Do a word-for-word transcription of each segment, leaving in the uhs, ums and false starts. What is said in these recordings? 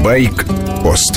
Байк-пост.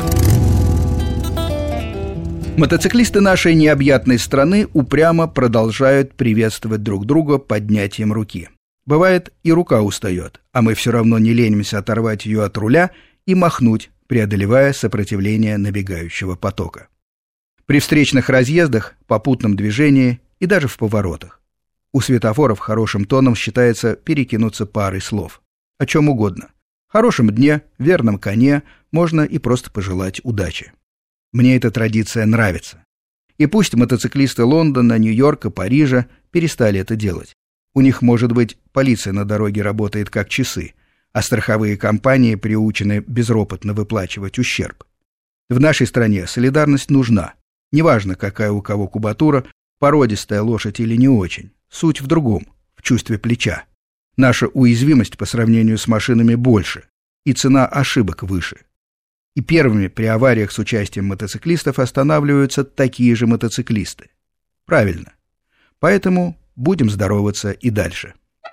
Мотоциклисты нашей необъятной страны упрямо продолжают приветствовать друг друга поднятием руки. Бывает, и рука устает, а мы все равно не ленимся оторвать ее от руля и махнуть, преодолевая сопротивление набегающего потока. При встречных разъездах, попутном движении и даже в поворотах. У светофоров хорошим тоном считается перекинуться парой слов. О чем угодно. Хорошем дне, верном коне можно и просто пожелать удачи. Мне эта традиция нравится. И пусть мотоциклисты Лондона, Нью-Йорка, Парижа перестали это делать. У них, может быть, полиция на дороге работает как часы, а страховые компании приучены безропотно выплачивать ущерб. В нашей стране солидарность нужна. Неважно, какая у кого кубатура, породистая лошадь или не очень. Суть в другом, в чувстве плеча. Наша уязвимость по сравнению с машинами больше, и цена ошибок выше. И первыми при авариях с участием мотоциклистов останавливаются такие же мотоциклисты. Правильно. Поэтому будем здороваться и дальше.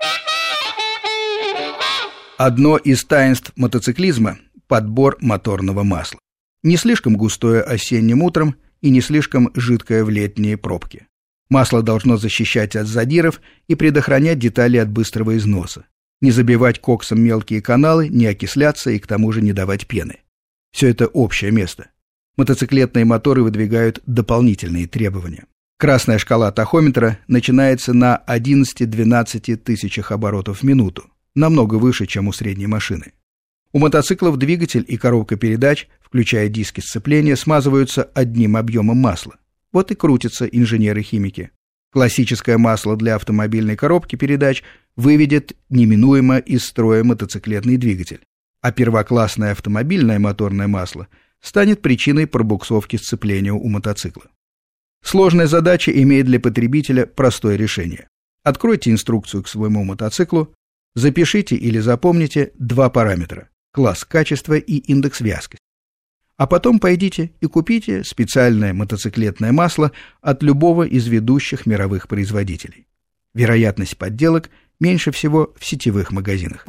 Одно из таинств мотоциклизма – подбор моторного масла. Не слишком густое осенним утром и не слишком жидкое в летние пробки. Масло должно защищать от задиров и предохранять детали от быстрого износа. Не забивать коксом мелкие каналы, не окисляться и к тому же не давать пены. Все это общее место. Мотоциклетные моторы выдвигают дополнительные требования. Красная шкала тахометра начинается на одиннадцати-двенадцати тысячах оборотов в минуту, намного выше, чем у средней машины. У мотоциклов двигатель и коробка передач, включая диски сцепления, смазываются одним объемом масла. Вот и крутятся инженеры-химики. Классическое масло для автомобильной коробки передач выведет неминуемо из строя мотоциклетный двигатель, а первоклассное автомобильное моторное масло станет причиной пробуксовки сцепления у мотоцикла. Сложная задача имеет для потребителя простое решение. Откройте инструкцию к своему мотоциклу, запишите или запомните два параметра – класс качества и индекс вязкости. А потом пойдите и купите специальное мотоциклетное масло от любого из ведущих мировых производителей. Вероятность подделок меньше всего в сетевых магазинах.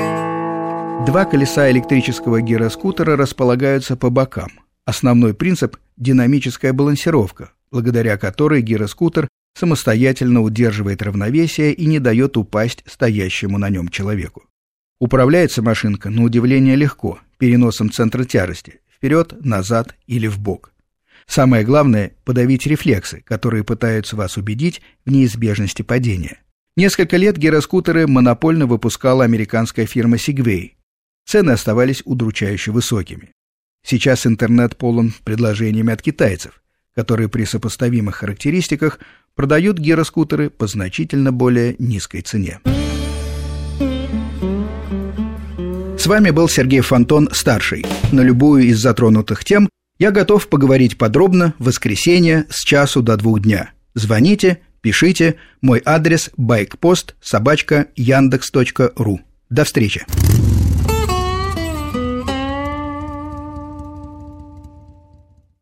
Два колеса электрического гироскутера располагаются по бокам. Основной принцип – динамическая балансировка, благодаря которой гироскутер самостоятельно удерживает равновесие и не дает упасть стоящему на нем человеку. Управляется машинка, на удивление, легко, переносом центра тяжести – вперед, назад или вбок. Самое главное – подавить рефлексы, которые пытаются вас убедить в неизбежности падения. Несколько лет гироскутеры монопольно выпускала американская фирма Segway. Цены оставались удручающе высокими. Сейчас интернет полон предложениями от китайцев, которые при сопоставимых характеристиках продают гироскутеры по значительно более низкой цене. С вами был Сергей Фонтон-старший. На любую из затронутых тем я готов поговорить подробно в воскресенье с часу до двух дня. Звоните, пишите. Мой адрес байкпост собака яндекс точка ру. До встречи.